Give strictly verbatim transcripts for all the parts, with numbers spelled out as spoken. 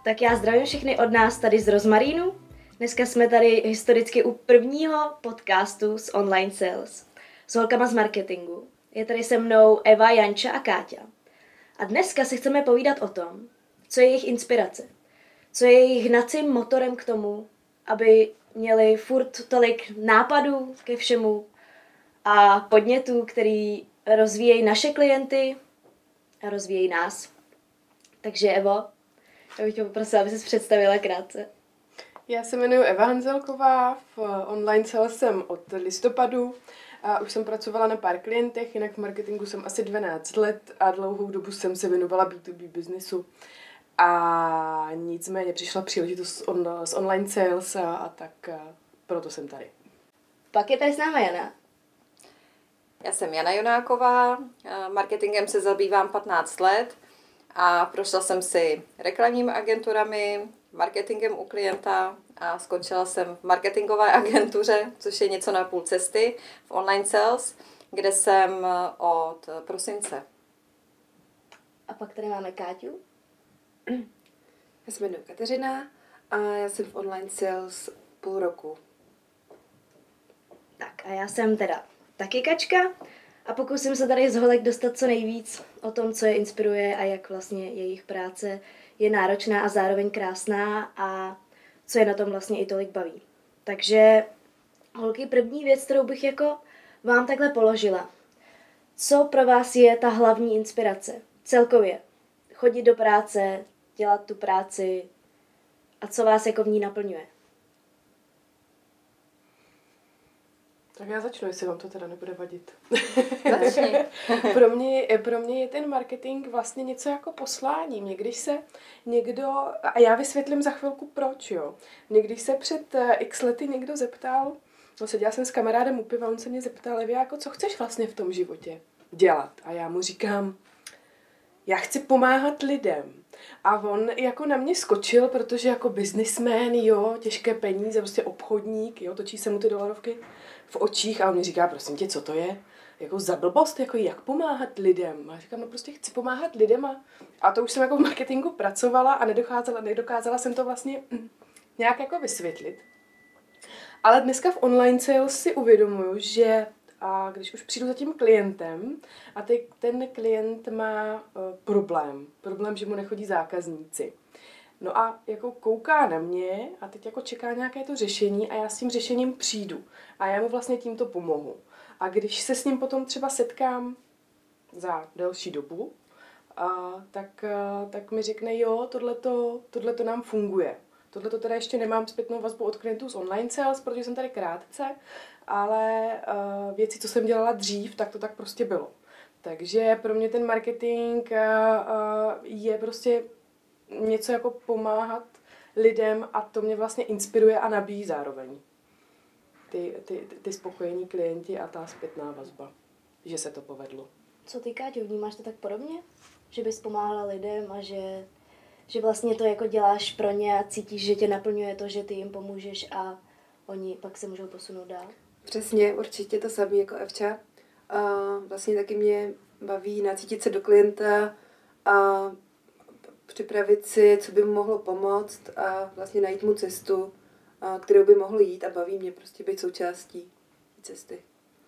Tak já zdravím všechny od nás tady z Rozmarínu. Dneska jsme tady historicky u prvního podcastu z Online Sales s holkama z marketingu. Je tady se mnou Eva, Janča a Káťa. A dneska si chceme povídat o tom, co je jejich inspirace, co je jejich hnacím motorem k tomu, aby měli furt tolik nápadů ke všemu a podnětů, který rozvíjejí naše klienty a rozvíjejí nás. Takže Evo, já bych tě poprosila, aby se představila krátce. Já se jmenuji Eva Hanzelková, v online sales jsem od listopadu a už jsem pracovala na pár klientech, jinak v marketingu jsem asi dvanáct let a dlouhou dobu jsem se věnovala bé dvě bé biznisu. A nicméně přišla příležitost on, z online sales a, a tak a proto jsem tady. Pak je tady s náma Jana. Já jsem Jana Jonáková, marketingem se zabývám patnáct let a prošla jsem si reklamními agenturami, marketingem u klienta a skončila jsem v marketingové agentuře, což je něco na půl cesty, v online sales, kde jsem od prosince. A pak tady máme Káťu. Já se jmenuji Kateřina a já jsem v online sales půl roku. Tak a já jsem teda taky Kačka a pokusím se tady z holek dostat co nejvíc o tom, co je inspiruje a jak vlastně jejich práce je náročná a zároveň krásná a co je na tom vlastně i tolik baví. Takže holky, první věc, kterou bych jako vám takhle položila. Co pro vás je ta hlavní inspirace? Celkově. Chodit do práce, dělat tu práci a co vás jako v ní naplňuje? Tak já začnu, jestli vám to teda nebude vadit. Začni. pro, mě, pro mě je ten marketing vlastně něco jako poslání. Mě když se někdo, a já vysvětlím za chvilku proč, jo. Mě když se před x lety někdo zeptal, no seděla jsem s kamarádem u piva, on se mě zeptal, Evě, jako co chceš vlastně v tom životě dělat? A já mu říkám, já chci pomáhat lidem. A on jako na mě skočil, protože jako businessman, jo, těžké peníze, prostě obchodník, jo, točí se mu ty dolarovky v očích a on mi říká, prosím tě, co to je? Jako za blbost, jako jak pomáhat lidem? A říkám, no prostě chci pomáhat lidem a, a to už jsem jako v marketingu pracovala a nedokázala, nedokázala jsem to vlastně hm, nějak jako vysvětlit. Ale dneska v online sales si uvědomuju, že a když už přijdu za tím klientem a ty, ten klient má uh, problém, problém, že mu nechodí zákazníci. No a jako kouká na mě a teď jako čeká nějaké to řešení a já s tím řešením přijdu. A já mu vlastně tímto pomohu. A když se s ním potom třeba setkám za delší dobu, a, tak, a, tak mi řekne, jo, tohleto, tohleto nám funguje. Tohleto teda ještě nemám zpětnou vazbu od klientů z online sales, protože jsem tady krátce, ale uh, věci, co jsem dělala dřív, tak to tak prostě bylo. Takže pro mě ten marketing uh, uh, je prostě něco jako pomáhat lidem a to mě vlastně inspiruje a nabíjí zároveň. Ty, ty, ty, ty spokojení klienti a ta zpětná vazba, že se to povedlo. Co ty, Káťo, vnímáš to tak podobně? Že bys pomáhala lidem a že, že vlastně to jako děláš pro ně a cítíš, že tě naplňuje to, že ty jim pomůžeš a oni pak se můžou posunout dál? Přesně, určitě to samé jako Evča. A vlastně taky mě baví nacítit se do klienta a připravit si, co by mu mohlo pomoct a vlastně najít mu cestu, a kterou by mohl jít a baví mě prostě být součástí cesty.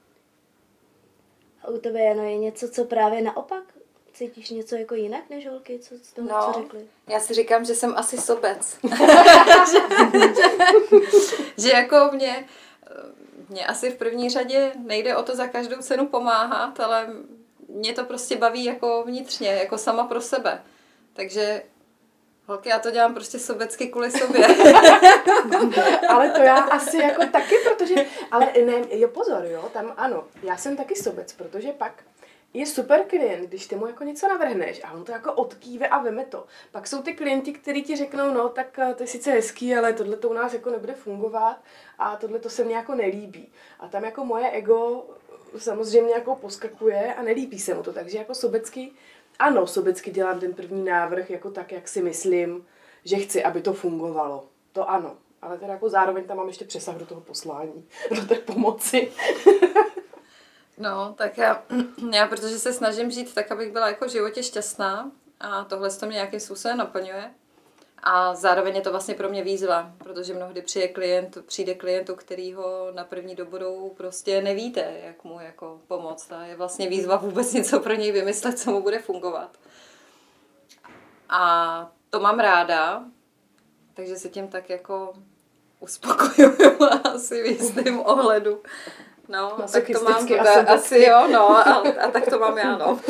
A u tebe, Jano, je něco, co právě naopak? Cítíš něco jako jinak než holky, co z toho, No, co řekli? Já si říkám, že jsem asi sobec. že, že jako mě, mě asi v první řadě nejde o to za každou cenu pomáhat, ale mě to prostě baví jako vnitřně, jako sama pro sebe. Takže holky, já to dělám prostě sobecky kvůli sobě. Ale to já asi jako taky, protože, ale ne, jo pozor, jo, tam ano, já jsem taky sobec, protože pak je super klient, když ty mu jako něco navrhneš a on to jako odkýve a veme to. Pak jsou ty klienti, kteří ti řeknou, no tak to je sice hezký, ale tohle to u nás jako nebude fungovat a tohle to se mně jako nelíbí. A tam jako moje ego samozřejmě jako poskakuje a nelíbí se mu to, takže jako sobecky, ano, sobecky dělám ten první návrh jako tak, jak si myslím, že chci, aby to fungovalo. To ano, ale teda jako zároveň tam mám ještě přesah do toho poslání, do té pomoci. No, tak já, já, protože se snažím žít tak, abych byla jako v životě šťastná a tohle to mě nějakým způsobem naplňuje, A zároveň je to vlastně pro mě výzva, protože mnohdy přijde klient, přijde klientu, kterýho na první dobrou prostě nevíte, jak mu jako pomoct. A je vlastně výzva vůbec něco pro něj vymyslet, co mu bude fungovat. A to mám ráda, takže se tím tak jako uspokojuju asi v jistém ohledu. No, tak to mám, asi jo, no, a, a tak to mám já, no.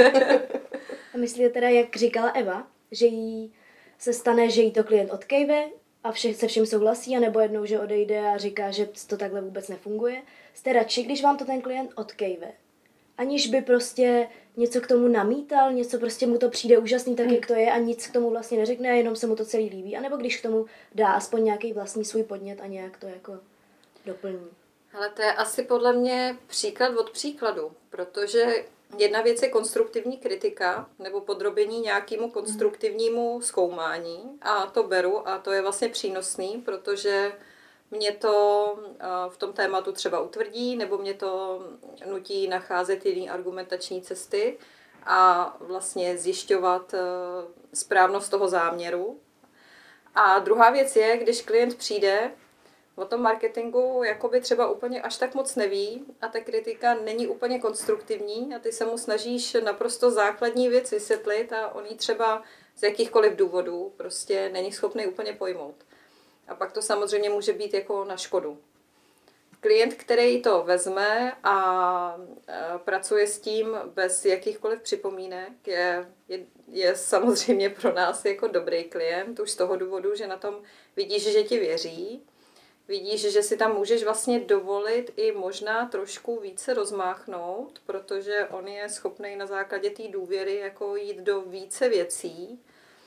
A myslíte teda, jak říkala Eva, že jí se stane, že jí to klient odkejve a vše, se vším souhlasí, anebo jednou, že odejde a říká, že to takhle vůbec nefunguje? Jste radši, když vám to ten klient odkejve? Aniž by prostě něco k tomu namítal, něco prostě mu to přijde úžasný tak, jak to je a nic k tomu vlastně neřekne, jenom se mu to celý líbí, anebo když k tomu dá aspoň nějaký vlastní svůj podnět a nějak to jako doplní. Ale to je asi podle mě příklad od příkladu, protože jedna věc je konstruktivní kritika nebo podrobení nějakému konstruktivnímu zkoumání a to beru a to je vlastně přínosný, protože mě to v tom tématu třeba utvrdí nebo mě to nutí nacházet jiné argumentační cesty a vlastně zjišťovat správnost toho záměru. A druhá věc je, když klient přijde, o tom marketingu jakoby třeba úplně až tak moc neví a ta kritika není úplně konstruktivní a ty se mu snažíš naprosto základní věc vysvětlit a on ji třeba z jakýchkoliv důvodů prostě není schopný úplně pojmout. A pak to samozřejmě může být jako na škodu. Klient, který to vezme a pracuje s tím bez jakýchkoliv připomínek, je, je, je samozřejmě pro nás jako dobrý klient, už z toho důvodu, že na tom vidíš, že ti věří, vidíš, že si tam můžeš vlastně dovolit i možná trošku více rozmáchnout, protože on je schopný na základě té důvěry jako jít do více věcí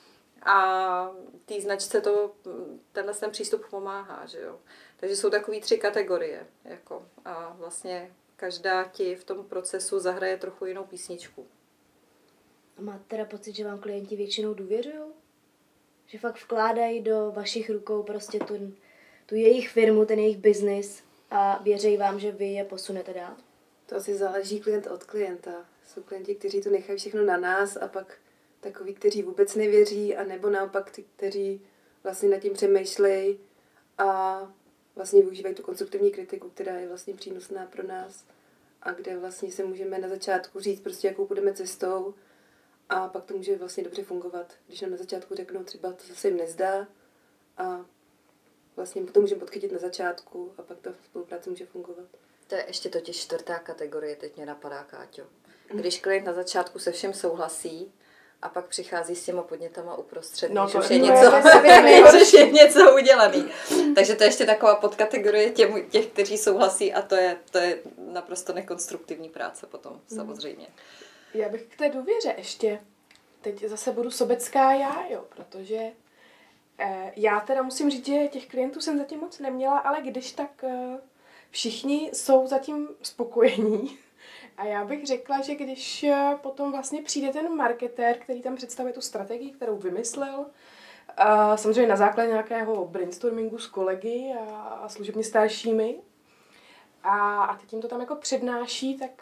a té značce to, tenhle ten přístup pomáhá, že jo. Takže jsou takové tři kategorie jako, a vlastně každá ti v tom procesu zahraje trochu jinou písničku. A máte teda pocit, že vám klienti většinou důvěřují? Že fakt vkládají do vašich rukou prostě tu, tu jejich firmu, ten jejich biznis a věří vám, že vy je posunete dál? To asi záleží klient od klienta. Jsou klienti, kteří to nechají všechno na nás a pak takoví, kteří vůbec nevěří a nebo naopak ty, kteří vlastně nad tím přemýšlejí a vlastně využívají tu konstruktivní kritiku, která je vlastně přínosná pro nás a kde vlastně se můžeme na začátku říct prostě, jakou půjdeme cestou a pak to může vlastně dobře fungovat. Když nám na začátku řeknou třeba, to se jim nezdá a vlastně to můžeme podchytit na začátku a pak ta spolupráce může fungovat. To je ještě totiž čtvrtá kategorie, teď mě napadá, Káťo. Když klient na začátku se všem souhlasí, a pak přichází s těma podnětama uprostřed, no, když to už je no, něco, když je něco udělaný. Takže to je ještě taková podkategorie těch, těch, kteří souhlasí a to je, to je naprosto nekonstruktivní práce potom, samozřejmě. Já bych k té důvěře ještě, teď zase budu sobecká já, jo, protože eh, já teda musím říct, že těch klientů jsem zatím moc neměla, ale když tak eh, všichni jsou zatím spokojení. A já bych řekla, že když potom vlastně přijde ten marketér, který tam představuje tu strategii, kterou vymyslel, a samozřejmě na základě nějakého brainstormingu s kolegy a služebně staršími, a, a teď jim to tam jako přednáší, tak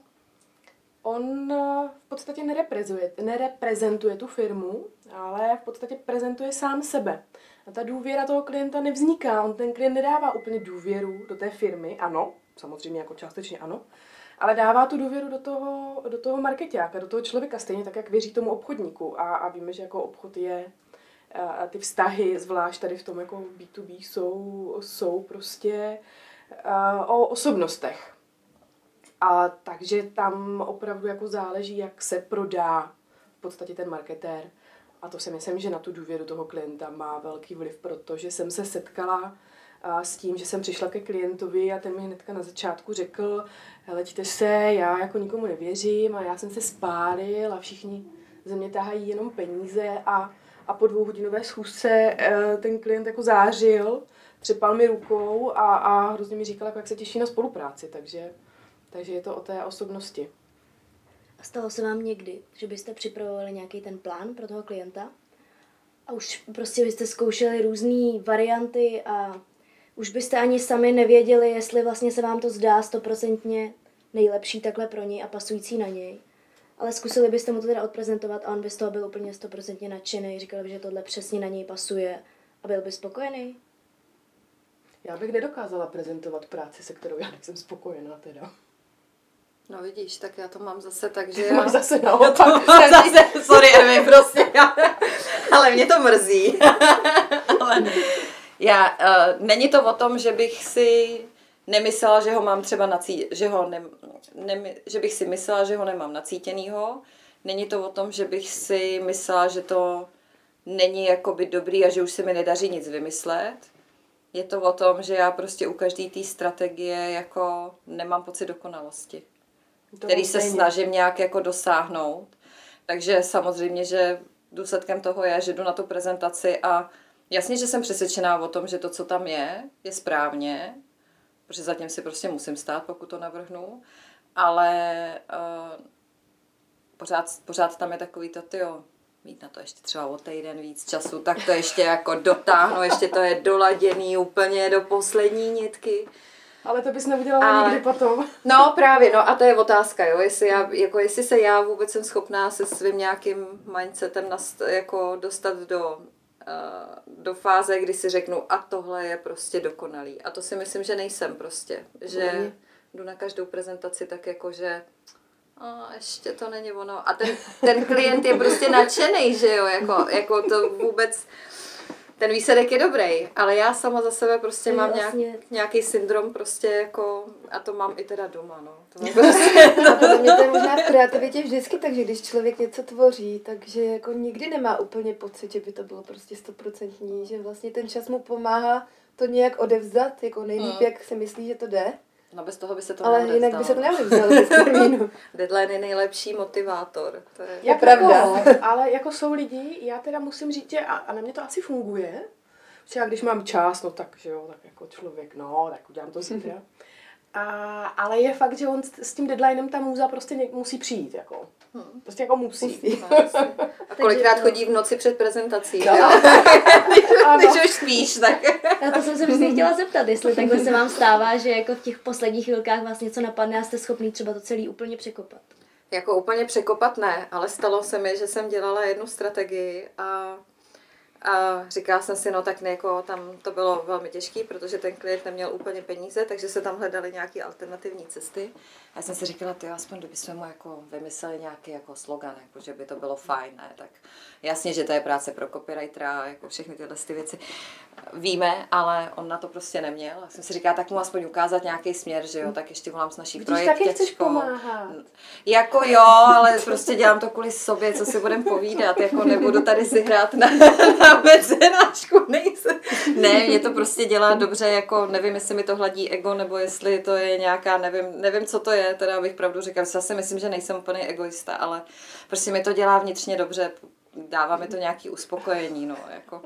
on v podstatě nereprezentuje, nereprezentuje tu firmu, ale v podstatě prezentuje sám sebe. A ta důvěra toho klienta nevzniká, on ten klient nedává úplně důvěru do té firmy, ano, samozřejmě jako částečně ano, ale dává tu důvěru do toho, do toho markeťáka, do toho člověka, stejně tak, jak věří tomu obchodníku. A, a víme, že jako obchod je, a ty vztahy, zvlášť tady v tom jako bé dvě bé, jsou, jsou prostě a, o osobnostech. A takže tam opravdu jako záleží, jak se prodá v podstatě ten marketér. A to si myslím, že na tu důvěru toho klienta má velký vliv, protože jsem se setkala a s tím, že jsem přišla ke klientovi a ten mi hnedka na začátku řekl, leďte se, já jako nikomu nevěřím a já jsem se spálil a všichni ze mě tahají jenom peníze a, a po dvouhodinové schůzce ten klient jako zářil, třepal mi rukou a, a hrozně mi říkal, jak se těší na spolupráci, takže, takže je to o té osobnosti. A stalo se vám někdy, že byste připravovali nějaký ten plán pro toho klienta a už prostě byste zkoušeli různé varianty a už byste ani sami nevěděli, jestli vlastně se vám to zdá stoprocentně nejlepší takhle pro něj a pasující na něj. Ale zkusili byste mu to teda odprezentovat a on by z toho byl úplně stoprocentně nadšený, říkal by, že tohle přesně na něj pasuje a byl by spokojený? Já bych nedokázala prezentovat práci, se kterou já nejsem spokojená teda. No vidíš, tak já to mám zase tak, že To já... máš zase naopak. Mám zase, sorry Evi, prostě, já, ale mě to mrzí. Ale já, uh, není to o tom, že bych si nemyslela, že ho mám třeba nací, že ho ne, ne, že bych si myslela, že ho nemám nacítěnýho. Není to o tom, že bych si myslela, že to není jakoby dobrý a že už se mi nedaří nic vymyslet. Je to o tom, že já prostě u každé té strategie jako nemám pocit dokonalosti, To který se stejně. snažím nějak jako dosáhnout. Takže samozřejmě, že důsledkem toho je, že jdu na tu prezentaci a jasně, že jsem přesvědčená o tom, že to, co tam je, je správně, protože zatím si prostě musím stát, pokud to navrhnu, ale uh, pořád, pořád tam je takový to, tyjo, mít na to ještě třeba o týden víc času, tak to ještě jako dotáhnu, ještě to je doladěný úplně do poslední nitky. Ale to bys neudělala Ale- nikdy potom. No právě, no a to je otázka, jo, jestli, já, jako jestli se já vůbec jsem schopná se svým nějakým mindsetem nast, jako dostat do, uh, do fáze, kdy si řeknu a tohle je prostě dokonalý. A to si myslím, že nejsem prostě, že Mhm. jdu na každou prezentaci tak jako, že a ještě to není ono. A ten, ten klient je prostě nadšený, že jo, jako, jako to vůbec... Ten výsledek je dobrý, ale já sama za sebe prostě To je mám vlastně- nějak, nějaký syndrom prostě jako, a to mám i teda doma, no. To mám prostě, A podle mě to je možná v kreativitě vždycky, takže když člověk něco tvoří, takže jako nikdy nemá úplně pocit, že by to bylo prostě stoprocentní, že vlastně ten čas mu pomáhá to nějak odevzdat, jako nejlíp, Hmm. jak si myslí, že to jde, no bez toho by se to ale jinak by se to neodevzdalo bez termínu. Deadline je nejlepší motivátor. To je... Jak pravda. Jako, ale jako jsou lidi, já teda musím říct, že a, a na mě to asi funguje, že já když mám čas, no tak, že jo, tak jako člověk, no, tak udělám to zítra. A, ale je fakt, že on s, s tím deadlinem ta můza prostě něk, musí přijít, jako. Hmm. Prostě jako musí. Musí. A kolikrát Takže to- chodí v noci před prezentací, No. jo? Ano. Když už spíš, tak... Na to jsem se přesně chtěla zeptat, jestli takhle se vám stává, že jako v těch posledních chvilkách vás něco napadne a jste schopný třeba to celý úplně překopat. Jako úplně překopat ne, ale stalo se mi, že jsem dělala jednu strategii a, a říkala jsem si, no tak jako tam to bylo velmi těžké, protože ten klient neměl úplně peníze, takže se tam hledaly nějaké alternativní cesty. A já jsem si říkala, ty aspoň kdybychom mu jako vymysleli nějaký jako slogan, jako že by to bylo fajn, ne? Tak jasně, že to je práce pro copywritera, jako všechny tyhle ty věci víme, ale on na to prostě neměl. Já jsem si říkala, tak mu aspoň ukázat nějaký směr, že jo, tak ještě volám s naší Když taky chceš projektěčkou. pomáhat. Jako jo, ale prostě dělám to kvůli sobě, co si budem povídat, jako nebudu tady si hrát na, na mecenášku, nejsem. Ne, mě to prostě dělá dobře, jako nevím, jestli mi to hladí ego, nebo jestli to je nějaká, nevím, nevím, co to je, teda abych pravdu říkal, já si myslím, že nejsem úplný egoista, ale prostě mi to dělá vnitřně dobře, dává mi to nějaký uspokojení, no, jako.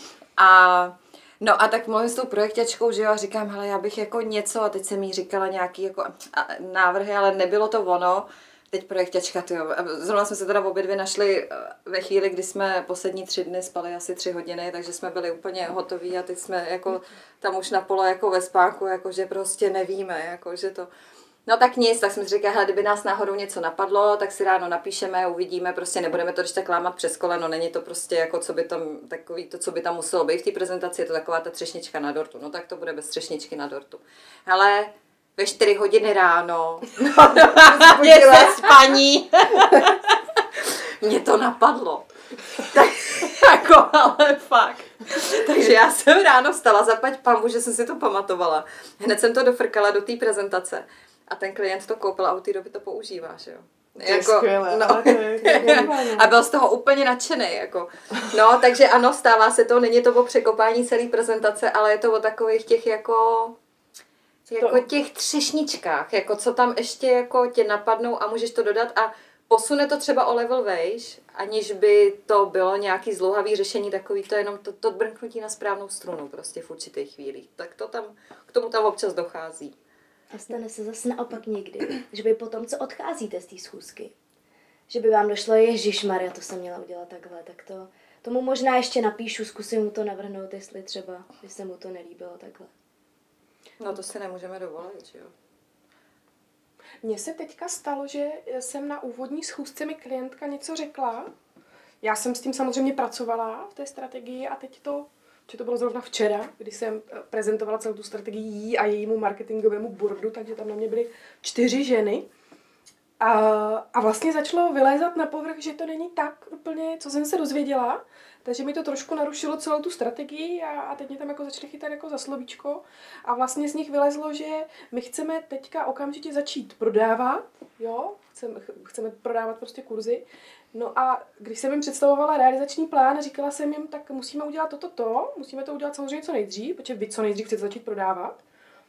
A no a tak mluvím s tou projekťačkou, že jo, a říkám, hele, já bych jako něco, a teď jsem jí říkala nějaký jako a, návrhy, ale nebylo to ono. Teď projekťačka, tyjo, zrovna jsme se teda obě dvě našli ve chvíli, kdy jsme poslední tři dny spali asi tři hodiny, takže jsme byli úplně hotoví a teď jsme jako tam už na polo jako ve spánku, jako že prostě nevíme, jako že to... No tak nic, tak jsme si říkali, hele, kdyby nás náhodou něco napadlo, tak si ráno napíšeme, uvidíme, prostě nebudeme to když tak lámat přes koleno, není to prostě jako, co by tam, takový to, co by tam muselo být v té prezentaci, je to taková ta třešnička na dortu, no tak to bude bez třešničky na dortu. Hele, ve čtyři hodiny ráno, no, no, se spaní, mě to napadlo. Tak, jako, ale fakt. Takže já jsem ráno vstala, zaplať pambu, že jsem si to pamatovala. Hned jsem to dofrkala do té prezentace. A ten klient to koupil a od té doby to používá, že jo. To je skvělé, no, ale to je- to je geniální. a byl z toho úplně nadšený, jako. No, takže ano, stává se to, není to o překopání celé prezentace, ale je to o takových těch jako... Jako těch třešničkách, jako co tam ještě jako tě napadnou a můžeš to dodat a posune to třeba o level vejš, aniž by to bylo nějaký zlouhavý řešení, takový to jenom to, to brnknutí na správnou strunu prostě v určitých chvílích. Tak to tam, k tomu tam občas dochází. A stane se zase naopak někdy, že by potom, co odcházíte z té schůzky, že by vám došlo, ježišmarja, to jsem měla udělat takhle, tak to, tomu možná ještě napíšu, zkusím mu to navrhnout, jestli třeba, by se mu to nelíbilo takhle. No to si nemůžeme dovolit, že jo. Mně se teďka stalo, že jsem na úvodní schůzce mi klientka něco řekla. Já jsem s tím samozřejmě pracovala v té strategii a teď to, že to bylo zrovna včera, kdy jsem prezentovala celou tu strategii jí a jejímu marketingovému boardu, takže tam na mě byly čtyři ženy. A, a vlastně začalo vylézat na povrch, že to není tak úplně, co jsem se dozvěděla, takže mi to trošku narušilo celou tu strategii a, a teď mě tam jako začali chytat jako za slovíčko a vlastně z nich vylezlo, že my chceme teďka okamžitě začít prodávat, jo, chceme, chceme prodávat prostě kurzy. No a když jsem jim představovala realizační plán, říkala jsem jim, tak musíme udělat toto, to, musíme to udělat samozřejmě co nejdřív, protože vy co nejdřív chcete začít prodávat.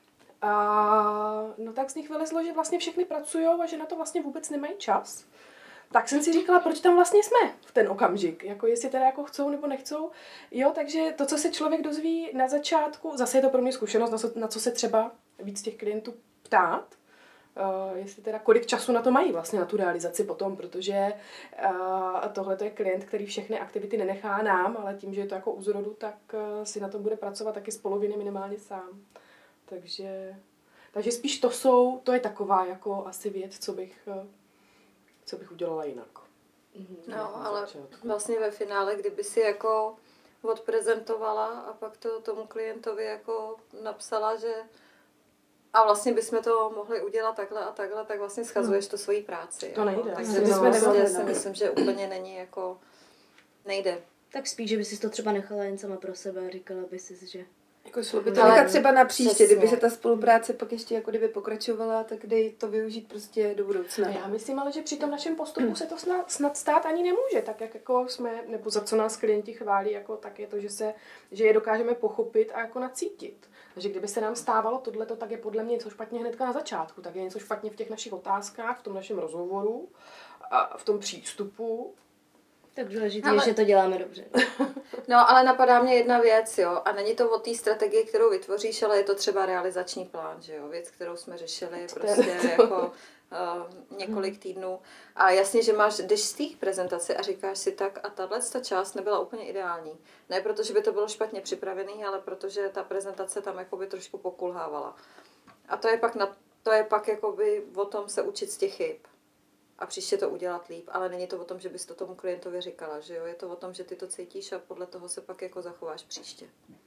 A no tak z nich vylezlo, že vlastně všechny pracujou a že na to vlastně vůbec nemají čas. Tak jsem si říkala, proč tam vlastně jsme v ten okamžik, jako jestli teda jako chcou nebo nechcou. Jo, takže to, co se člověk dozví na začátku, zase je to pro mě zkušenost, na co, na co se třeba víc těch klientů ptát, uh, jestli teda kolik času na to mají vlastně, na tu realizaci potom, protože uh, tohle to je klient, který všechny aktivity nenechá nám, ale tím, že je to jako u zrodu, tak uh, si na to bude pracovat taky z poloviny minimálně sám. Takže, takže spíš to jsou, to je taková jako asi věc, co bych, co bych udělala jinak. No, ale vlastně ve finále, kdyby si jako odprezentovala a pak to tomu klientovi jako napsala, že a vlastně bychom to mohli udělat takhle a takhle, tak vlastně schazuješ to svoji práci. To nejde. Takže to vlastně si myslím, že úplně není jako, nejde. Tak spíš, že by si to třeba nechala jen sama pro sebe a říkala by si, že... Jako šlo by to nechat třeba na příště, kdyby se ta spolupráce pak ještě jako kdyby pokračovala, tak dej to využít prostě do budoucna. Já myslím ale, že při tom našem postupu se to snad, snad stát ani nemůže, tak jak jako jsme, nebo za co nás klienti chválí, jako tak je to, že, se, že je dokážeme pochopit a jako nacítit. Takže kdyby se nám stávalo tohleto, tak je podle mě něco špatně hnedka na začátku, tak je něco špatně v těch našich otázkách, v tom našem rozhovoru a v tom přístupu. Tak důležité je, že to děláme dobře. No, ale napadá mě jedna věc, jo, a není to o té strategii, kterou vytvoříš, ale je to třeba realizační plán, že jo, věc, kterou jsme řešili prostě jako uh, několik týdnů. A jasně, že máš, jdeš z té prezentace a říkáš si tak a tahle ta část nebyla úplně ideální. Ne proto, že by to bylo špatně připravený, ale protože ta prezentace tam jakoby trošku pokulhávala. A to je pak, na, to je pak jakoby o tom se učit z těch chyb. A příště to udělat líp, ale není to o tom, že bys to tomu klientovi říkala, že jo? Je to o tom, že ty to cítíš a podle toho se pak jako zachováš příště.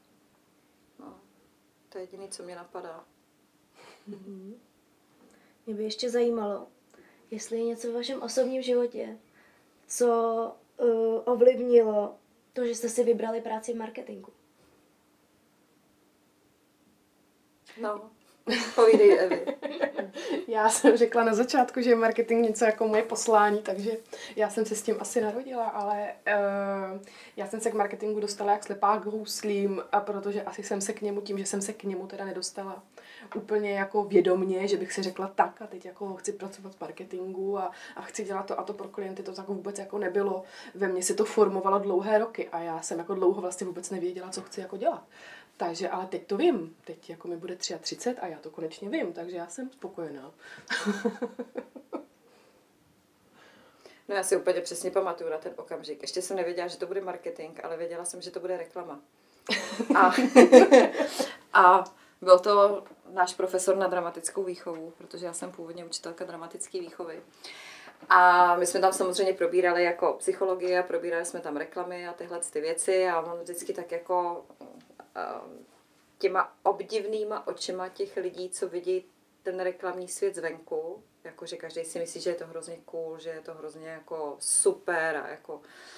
No, to je jediné, co mě napadá. Mm-hmm. Mě by ještě zajímalo, jestli je něco v vašem osobním životě, co uh, ovlivnilo to, že jste si vybrali práci v marketingu. No, povídej, Evi. Já jsem řekla na začátku, že je marketing něco jako moje poslání, takže já jsem se s tím asi narodila, ale uh, já jsem se k marketingu dostala jak slepá k houslím, a protože asi jsem se k němu, tím, že jsem se k němu teda nedostala úplně jako vědomně, že bych si řekla tak a teď jako chci pracovat v marketingu a, a chci dělat to a to pro klienty, to tak vůbec jako nebylo. Ve mně se to formovalo dlouhé roky a já jsem jako dlouho vlastně vůbec nevěděla, co chci jako dělat. Takže, ale teď to vím. Teď jako mi bude třicet tři a já to konečně vím, takže já jsem spokojená. No já si úplně přesně pamatuju na ten okamžik. Ještě jsem nevěděla, že to bude marketing, ale věděla jsem, že to bude reklama. A, a byl to náš profesor na dramatickou výchovu, protože já jsem původně učitelka dramatické výchovy. A my jsme tam samozřejmě probírali jako psychologii a probírali jsme tam reklamy a tyhle ty věci a on vždycky tak jako těma obdivnýma očima těch lidí, co vidí ten reklamní svět zvenku, jakože každý si myslí, že je to hrozně cool, že je to hrozně jako super a jako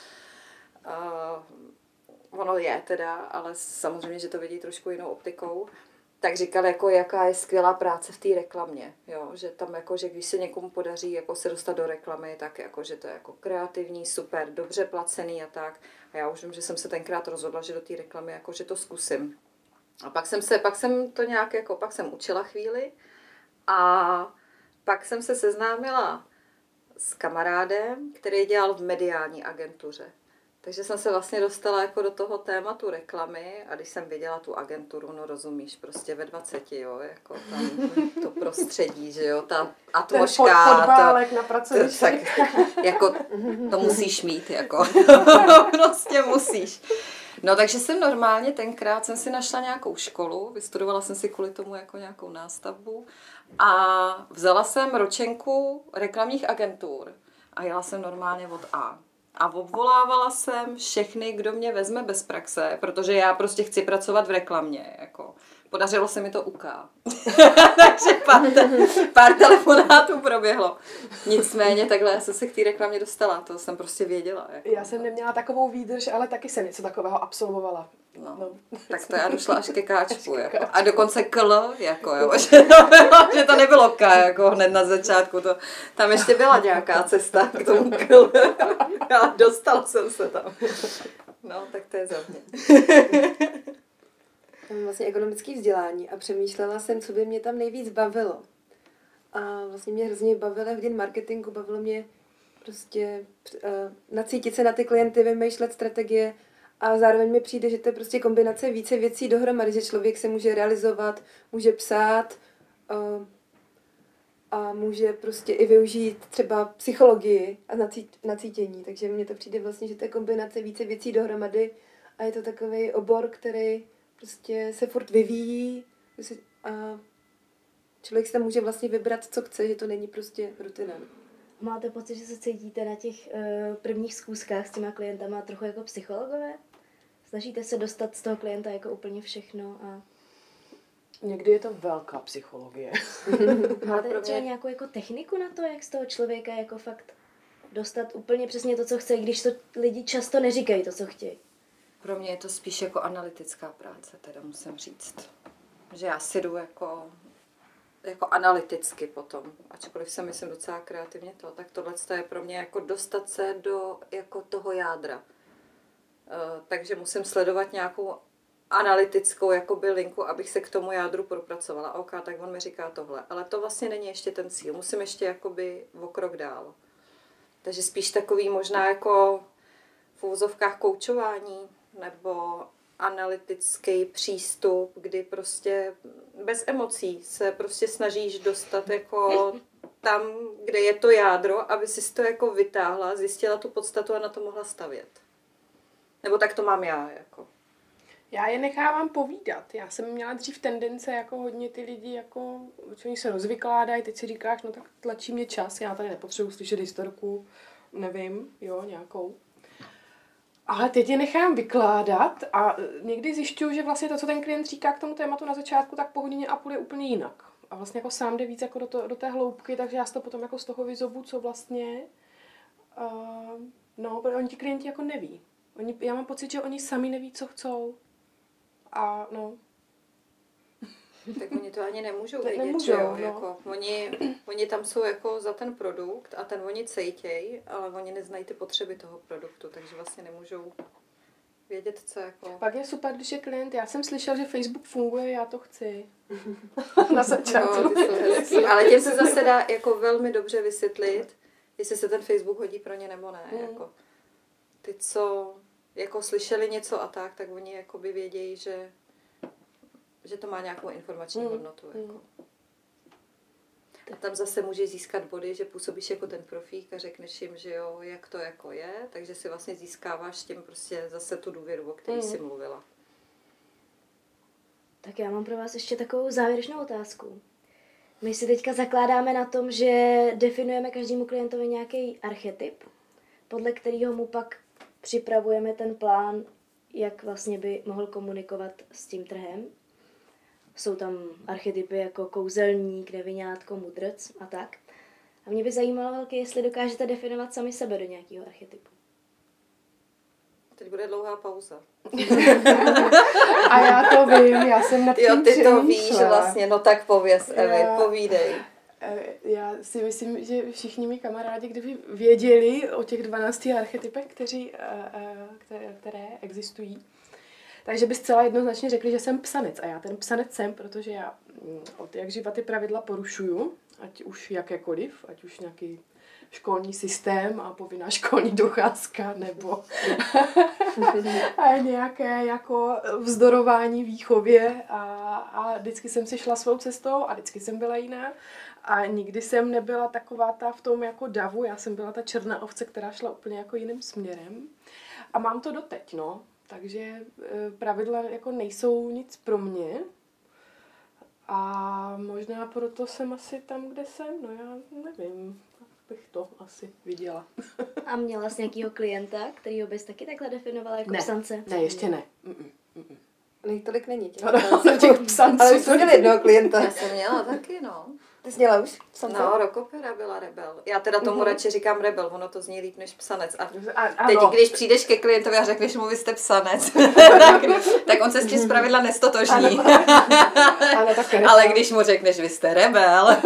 uh, ono je teda, ale samozřejmě, že to vidí trošku jinou optikou, tak říkal, jako jaká je skvělá práce v té reklamě, jo, že tam jako, že když se někomu podaří jako se dostat do reklamy, tak jako, že to je jako kreativní, super, dobře placený a tak. A já už vím, že jsem se tenkrát rozhodla, že do té reklamy jako, že to zkusím. A pak jsem se, pak jsem to nějak jako, pak jsem učila chvíli a pak jsem se seznámila s kamarádem, který dělal v mediální agentuře. Takže jsem se vlastně dostala jako do toho tématu reklamy a když jsem viděla tu agenturu, no rozumíš, prostě ve dvaceti, jo, jako tam to prostředí, že jo, ta atmosféra. Ten fotbálek na pracovišti. Tak, jako to musíš mít, jako prostě musíš. No takže jsem normálně tenkrát jsem si našla nějakou školu, vystudovala jsem si kvůli tomu jako nějakou nástavbu a vzala jsem ročenku reklamních agentur a jela jsem normálně od A. A obvolávala jsem všechny, kdo mě vezme bez praxe, protože já prostě chci pracovat v reklamě. Jako. Podařilo se mi to U K. Takže pár, te- pár telefonátů proběhlo. Nicméně takhle já jsem se k té reklamě dostala, to jsem prostě věděla. Jako. Já jsem neměla takovou výdrž, ale taky jsem něco takového absolvovala. No, No. tak to já došla až ke káčku. Až ke Jako. káčku. A dokonce k L, jako, jo, že, to bylo, že to nebylo K jako hned na začátku. To, tam ještě byla nějaká cesta k tomu k L. A dostala jsem se tam. No, tak to je za mě. Já mám vlastně ekonomické vzdělání a přemýšlela jsem, co by mě tam nejvíc bavilo. A vlastně mě hrozně bavilo hodin marketingu, bavilo mě prostě uh, nacítit se na ty klienty, vymýšlet strategie a zároveň mi přijde, že to je prostě kombinace více věcí dohromady, že člověk se může realizovat, může psát uh, a může prostě i využít třeba psychologii a nacít, nacítění. Takže mně to přijde vlastně, že to je kombinace více věcí dohromady a je to takový obor, který prostě se furt vyvíjí a člověk se tam může vlastně vybrat, co chce, že to není prostě rutina. Máte pocit, že se cítíte na těch uh, prvních zkouškách s těma klientama trochu jako psychologové? Snažíte se dostat z toho klienta jako úplně všechno a... Někdy je to velká psychologie. Máte pro třeba mě- nějakou jako techniku na to, jak z toho člověka jako fakt dostat úplně přesně to, co chce, když to lidi často neříkají to, co chtějí? Pro mě je to spíš jako analytická práce, teda musím říct. Že já si jdu jako, jako analyticky potom, ačkoliv jsem myslím docela kreativně to, tak tohle je pro mě jako dostat se do jako toho jádra. Uh, takže musím sledovat nějakou analytickou jakoby linku, abych se k tomu jádru propracovala. OK, tak on mi říká tohle. Ale to vlastně není ještě ten cíl. Musím ještě jakoby o krok dál. Takže spíš takový možná jako v úvozovkách koučování nebo analytický přístup, kdy prostě bez emocí se prostě snažíš dostat jako tam, kde je to jádro, aby si to jako vytáhla, zjistila tu podstatu a na to mohla stavět. Nebo tak to mám já, jako. Já je nechávám povídat. Já jsem měla dřív tendence, jako hodně ty lidi, jako, že oni se rozvykládají, teď si říkáš, no tak tlačí mě čas, já tady nepotřebuji slyšet historku, nevím, jo, nějakou. Ale teď je nechám vykládat a někdy zjišťuju, že vlastně to, co ten klient říká k tomu tématu na začátku, tak po hodině a půl je úplně jinak. A vlastně jako sám jde víc jako do, to, do té hloubky, takže já si to potom jako z toho vyzobu, co vlastně, uh, no, protože oni ti klienti jako neví. Oni, já mám pocit, že oni sami neví, co chcou. A no. Tak oni to ani nemůžou To vědět, nemůžou, že jo? no. Jako, oni, oni tam jsou jako za ten produkt a ten oni cejtěj, ale oni neznají ty potřeby toho produktu, takže vlastně nemůžou vědět, co jako... Pak je super, když je klient, já jsem slyšel, že Facebook funguje, já to chci. Na začátku. No, ty jsou hezký. Ale těm se zase dá jako velmi dobře vysvětlit, jestli se ten Facebook hodí pro ně nebo ne. Mm. Jako, ty, co jako slyšeli něco a tak, tak oni jakoby vědějí, že, že to má nějakou informační Mm. hodnotu. Jako. Mm. A tam zase můžeš získat body, že působíš jako ten profík a řekneš jim, že jo, jak to jako je, takže si vlastně získáváš tím prostě zase tu důvěru, o které Mm. jsi mluvila. Tak já mám pro vás ještě takovou závěrečnou otázku. My si teďka zakládáme na tom, že definujeme každému klientovi nějaký archetyp, podle kterého mu pak připravujeme ten plán, jak vlastně by mohl komunikovat s tím trhem. Jsou tam archetypy jako kouzelník, nevinátko, mudrc a tak. A mě by zajímalo velké, jestli dokážete definovat sami sebe do nějakého archetypu. Teď bude dlouhá pauza. A já to vím, já jsem nad tím Jo, ty to víš přemýšlela. vlastně, no tak pověz, Evi, Já- povídej. Eh, Já si myslím, že všichni mý kamarádi, kdyby věděli o těch dvanácti archetypech, kteří, eh, eh, které, které existují, takže by zcela jednoznačně řekli, že jsem psanec. A já ten psanec jsem, protože já mm, od jak živa ty pravidla porušuju, ať už jakékoliv, ať už nějaký školní systém a povinná školní docházka, nebo a nějaké jako vzdorování výchově a, a vždycky jsem si šla svou cestou a vždycky jsem byla jiná a nikdy jsem nebyla taková ta v tom jako davu, já jsem byla ta černá ovce, která šla úplně jako jiným směrem a mám to doteď, no. Takže e, pravidla jako nejsou nic pro mě. A možná proto jsem asi tam, kde jsem, no já nevím, bych to asi viděla. A měla jsi nějakýho klienta, kterýho bys taky takhle definovala jako ne, psance? Ne, ještě ne. Mm-mm, mm-mm. Nech tolik není těch No, no, těch psanců. Ale už jsme měli jednoho klienta. Já jsem měla taky, no. Ty jsi měla už psance? No, Rokopera byla rebel. Já teda tomu Mhm. radši říkám rebel, ono to zní líp než psanec. A A, teď, ano. když přijdeš ke klientovi a řekneš mu, vy jste psanec, tak, tak on se s tím zpravidla nestotožní. Ano, tak rebel. Ale když mu řekneš, vy jste rebel,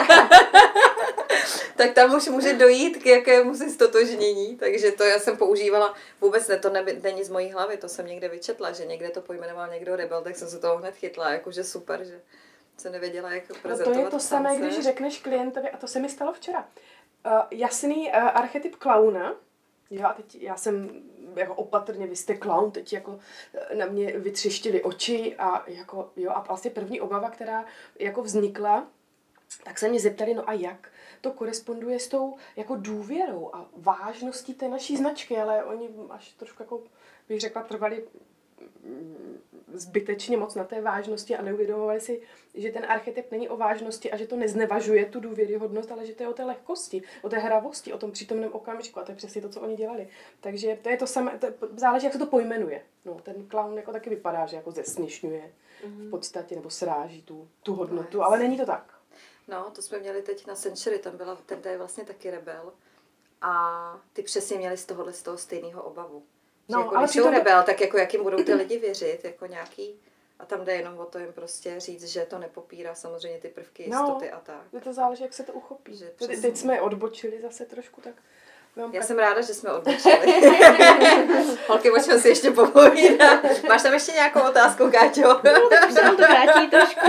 tak tam už může dojít k jakému si stotožnění. Takže to já jsem používala, vůbec ne, to neby, není z mojí hlavy, to jsem někde vyčetla, že někde to pojmenoval někdo rebel, tak jsem se toho hned chytla, jakože super, že jsem nevěděla, jak No prezentovat to je to samé, psance. když řekneš klientovi, a to se mi stalo včera, uh, jasný uh, archetyp klauna, jo, a teď já jsem jako opatrně, vy jste klaun, teď jako na mě vytřeštily oči a jako, jo, a vlastně první obava, která jako vznikla, tak se mě zeptali, no a jak to koresponduje s tou jako důvěrou a vážností té naší značky, ale oni až trošku jako, bych řekla, trvali zbytečně moc na té vážnosti a neuvědomovali si, že ten archetyp není o vážnosti a že to neznevažuje tu důvěryhodnost, ale že to je o té lehkosti, o té hravosti, o tom přítomném okamžiku a to je přesně to, co oni dělali. Takže to je to samé, to záleží, jak se to pojmenuje. No, ten klaun jako taky vypadá, že jako zesměšňuje v podstatě nebo sráží tu, tu hodnotu, ale není to tak. No, to jsme měli teď na Century, tam byla, ten je vlastně taky rebel. A ty přesně měli z tohohle z toho stejného obavu. No, Že jako, ale když jsou přitom- rebel, tak jako jakým budou ty lidi věřit, jako nějaký. A tam jde jenom o to jim prostě říct, že to nepopírá samozřejmě ty prvky jistoty a tak. No, to záleží, jak se to uchopí. Že Teď, přesně. teď jsme odbočili zase trošku, tak... Mám Já tak... jsem ráda, že jsme odbočili. Holky, pojďme si ještě popovídat. Máš tam ještě nějakou otázku, Káťo? No, tak už se nám to vrátí trošku.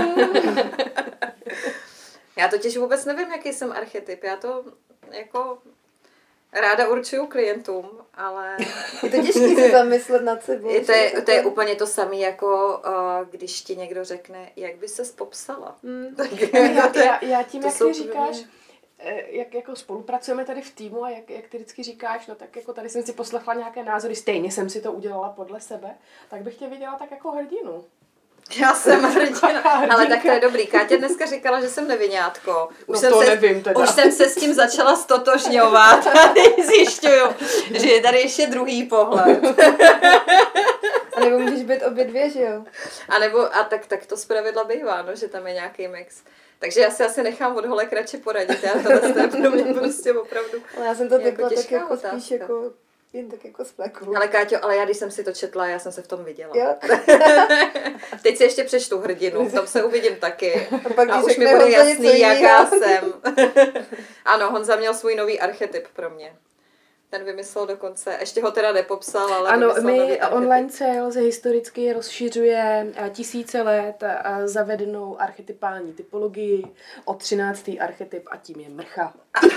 Já totiž vůbec nevím, jaký jsem archetyp. Já to jako ráda určuju klientům, ale Je to těžké se zamyslet nad sebou. to je, to je úplně to samé, jako uh, když ti někdo řekne, jak by ses popsala. Hmm. Tak, já, to je- já, já tím, to jak jsou ty říkáš, úplně- eh, jak jako spolupracujeme tady v týmu a jak, jak ty vždycky říkáš, no tak jako tady jsem si poslechla nějaké názory, stejně jsem si to udělala podle sebe, tak bych tě viděla tak jako hrdinu. Já jsem hrdina. Taková Ale hrdinka. tak to je dobrý. Káťa dneska říkala, že jsem neviňátko. Už, No jsem, to se, nevím teda. už jsem se s tím začala stotožňovat a teď zjišťuju, že je tady ještě druhý pohled. A nebo můžeš být obě dvě, že jo? A nebo, a tak, tak to zpravidla bývá, no, že tam je nějaký mix. Takže já si asi nechám od holek radši poradit. Já tohle to je pro mě prostě opravdu. Ale já jsem to Jako takhle tak těžká jako otázka. spíš jako, jen tak jako spleku. Ale Káťo, ale já když jsem si to četla, já jsem se v tom viděla. Jo? Teď si ještě přečtu hrdinu, v tom se uvidím taky. A pak A když už mi řekne bude Honza jasný, něco jaká jinýho. jsem. Ano, Honza měl svůj nový archetyp pro mě. Ten vymyslel dokonce, ještě ho teda nepopsal, ale Ano, vymyslel nový my archetyp. online sales historicky rozšiřuje eh, tisíce let a zavedenou archetypální typologii o třináctý archetyp a tím je mrcha.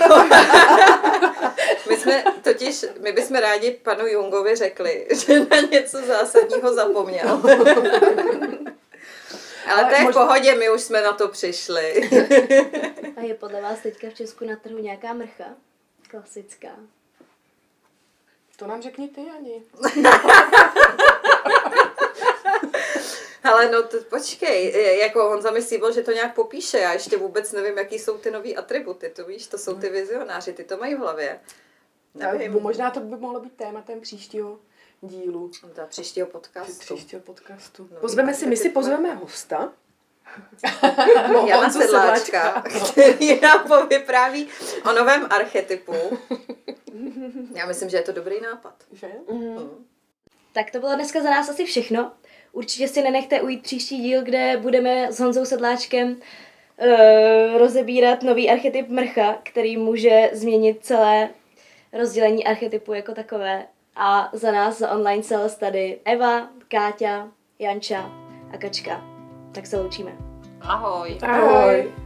My jsme totiž, my bychom rádi panu Jungovi řekli, že na něco zásadního zapomněl. Ale to je v možná- pohodě, my už jsme na to přišli. A je podle vás teďka v Česku na trhu nějaká mrcha? Klasická. To nám řekni ty, Ani. Ale no to, počkej, jako Honza mi slíbil, že to nějak popíše, já ještě vůbec nevím, jaký jsou ty nový atributy, to víš, to jsou ty vizionáři, ty to mají v hlavě. Nevím. A možná to by mohlo být tématem příštího dílu. Do příštího podcastu. Příštího podcastu. Nový Pozveme si, my si archetyp. pozveme hosta. Jana Honzu Sedláčka, který nám povypráví o novém archetypu. Já myslím, že je to dobrý nápad. Že? Mm. Tak to bylo dneska za nás asi všechno. Určitě si nenechte ujít příští díl, kde budeme s Honzou Sedláčkem uh, rozebírat nový archetyp mrcha, který může změnit celé rozdělení archetypu jako takové. A za nás, za online sales tady Eva, Káťa, Janča a Kačka. Tak se loučíme. Ahoj. Ahoj.